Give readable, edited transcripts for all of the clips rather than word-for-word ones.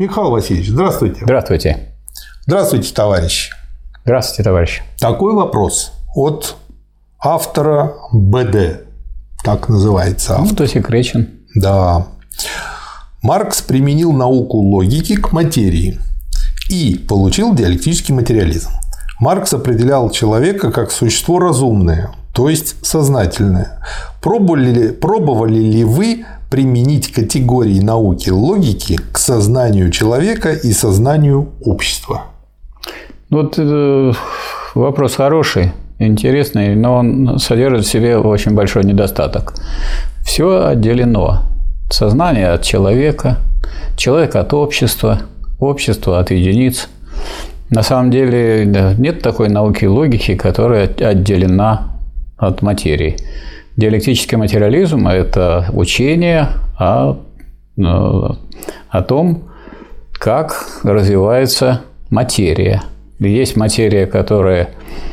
Михаил Васильевич, здравствуйте. Здравствуйте. Здравствуйте, товарищи. Здравствуйте, товарищи. Такой вопрос от автора БД. Так называется автор. То секречен. Да. Маркс применил науку логики к материи и получил диалектический материализм. Маркс определял человека как существо разумное, то есть сознательное. Пробовали ли вы применить категории науки логики к сознанию человека и сознанию общества? Вот вопрос хороший, интересный, но он содержит в себе очень большой недостаток. Все отделено. Сознание от человека, человек от общества, общество от единиц. На самом деле нет такой науки логики, которая отделена от материи. Диалектический материализм – это учение о том, как развивается материя. Есть материя, которая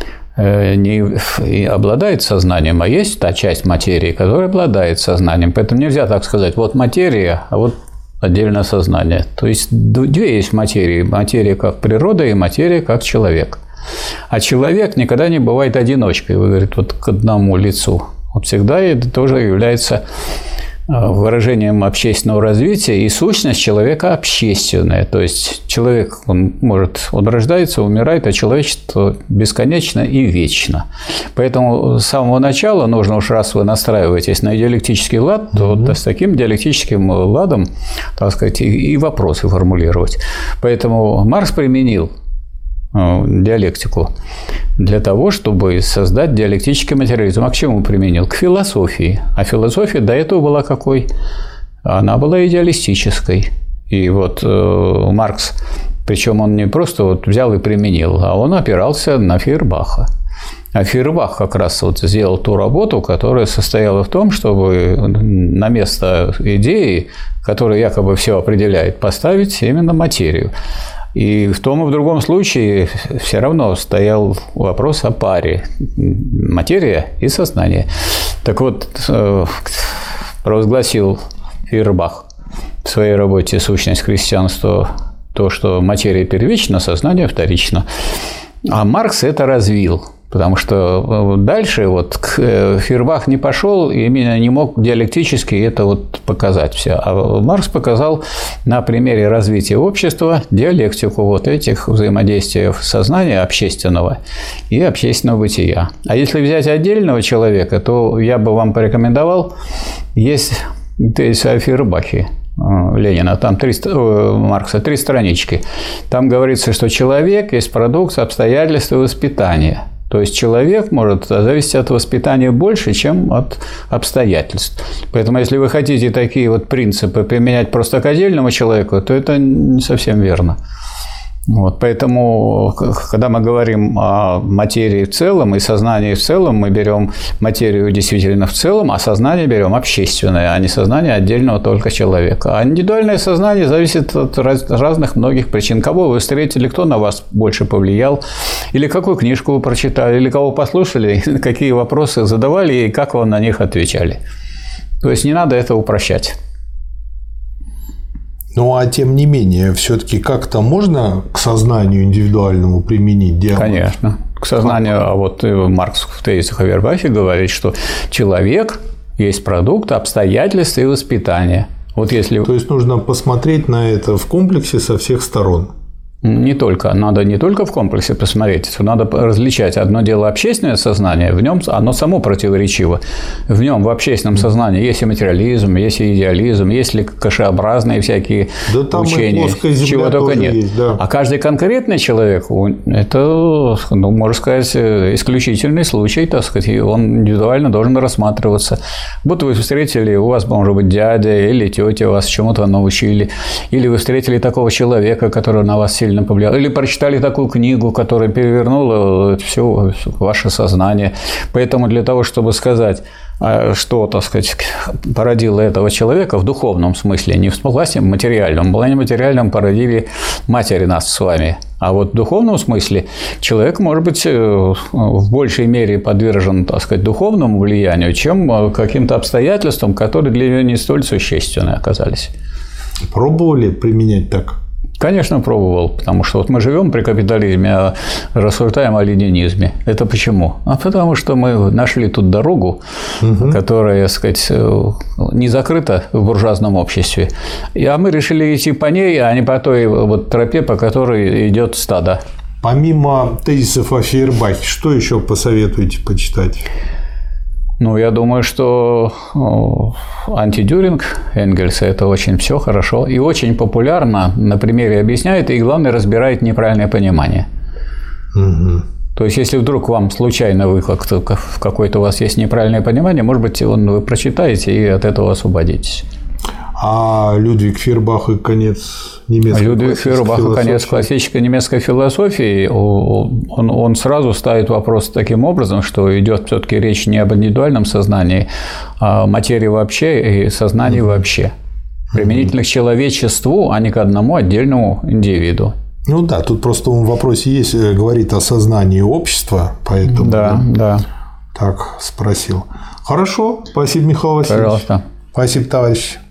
не обладает сознанием, а есть та часть материи, которая обладает сознанием. Поэтому нельзя так сказать, вот материя, а вот отдельно сознание. То есть две есть материи. Материя как природа и материя как человек. А человек никогда не бывает одиночкой, вы говорите, вот к одному лицу. Он всегда это тоже является выражением общественного развития, и сущность человека общественная. То есть человек, он рождается, умирает, а человечество бесконечно и вечно. Поэтому с самого начала нужно, уж раз вы настраиваетесь на диалектический лад, то с таким диалектическим ладом, так сказать, и вопросы формулировать. Поэтому Маркс применил диалектику для того, чтобы создать диалектический материализм. А к чему применил? К философии. А философия до этого была какой? Она была идеалистической. И вот Маркс, причем он не просто вот взял и применил, а он опирался на Фейербаха. А Фейербах как раз вот сделал ту работу, которая состояла в том, чтобы на место идеи, которая якобы все определяет, поставить именно материю. И в том и в другом случае все равно стоял вопрос о паре – материя и сознание. Так вот, провозгласил Фейербах в своей работе «Сущность христианства» то, что материя первична, сознание вторично. А Маркс это развил. Потому что дальше вот Фейербах не пошел и именно не мог диалектически это вот показать все. А Маркс показал на примере развития общества диалектику вот этих взаимодействий сознания общественного и общественного бытия. А если взять отдельного человека, то я бы вам порекомендовал, есть тезис о Фейербахе Ленина, там Маркса 3 странички. Там говорится, что человек есть продукт обстоятельств и воспитания. То есть человек может зависеть от воспитания больше, чем от обстоятельств. Поэтому, если вы хотите такие вот принципы применять просто к отдельному человеку, то это не совсем верно. Вот, поэтому, когда мы говорим о материи в целом и сознании в целом, мы берем материю действительно в целом, а сознание берем общественное, а не сознание отдельного только человека. А индивидуальное сознание зависит от разных многих причин. Кого вы встретили, кто на вас больше повлиял, или какую книжку вы прочитали, или кого послушали, какие вопросы задавали и как вы на них отвечали. То есть не надо это упрощать. Ну, а тем не менее, все-таки как-то можно к сознанию индивидуальному применить диалог? Конечно. К сознанию, а вот Маркс в тезисах о Фейербахе говорит, что человек есть продукт обстоятельств и воспитания. Вот если... То есть нужно посмотреть на это в комплексе со всех сторон. Не только. Надо не только в комплексе посмотреть, надо различать. Одно дело общественное сознание, в нем оно само противоречиво. В нем, в общественном сознании, есть и материализм, есть и идеализм, есть ли кашеобразные всякие учения, чего только нет. Есть, да. А каждый конкретный человек – это, можно сказать, исключительный случай, так сказать, и он индивидуально должен рассматриваться. Будто вы встретили, у вас, может быть, дядя или тетя вас чему-то научили, или вы встретили такого человека, который на вас сильно повлиял, или прочитали такую книгу, которая перевернула все ваше сознание. Поэтому для того, чтобы сказать, что, так сказать, породило этого человека в духовном смысле, не в плане материальном. В плане материальном породили матери нас с вами. А вот в духовном смысле человек может быть в большей мере подвержен, так сказать, духовному влиянию, чем каким-то обстоятельствам, которые для него не столь существенны оказались. Пробовали применять так? Конечно, пробовал, потому что вот мы живем при капитализме, а рассуждаем о ленинизме. Это почему? А потому что мы нашли тут дорогу, которая, так сказать, не закрыта в буржуазном обществе, а мы решили идти по ней, а не по той вот тропе, по которой идет стадо. Помимо тезисов о Фейербахе, что еще посоветуете почитать? Ну, я думаю, что антидюринг Энгельса – это очень все хорошо и очень популярно, на примере объясняет, и, главное, разбирает неправильное понимание. Угу. То есть, если вдруг вам случайно в какое-то у вас есть неправильное понимание, может быть, вы прочитаете и от этого освободитесь. А Людвиг Фейербах и конец немецкой Людвиг Фейербах и конец классической немецкой философии, он сразу ставит вопрос таким образом, что идет все-таки речь не об индивидуальном сознании, а о материи вообще и сознании вообще. Применительно к человечеству, а не к одному отдельному индивиду. Ну да, тут просто в вопросе есть, говорит о сознании общества, поэтому да. Так спросил. Хорошо, спасибо, Михаил Васильевич. Пожалуйста. Спасибо, товарищ.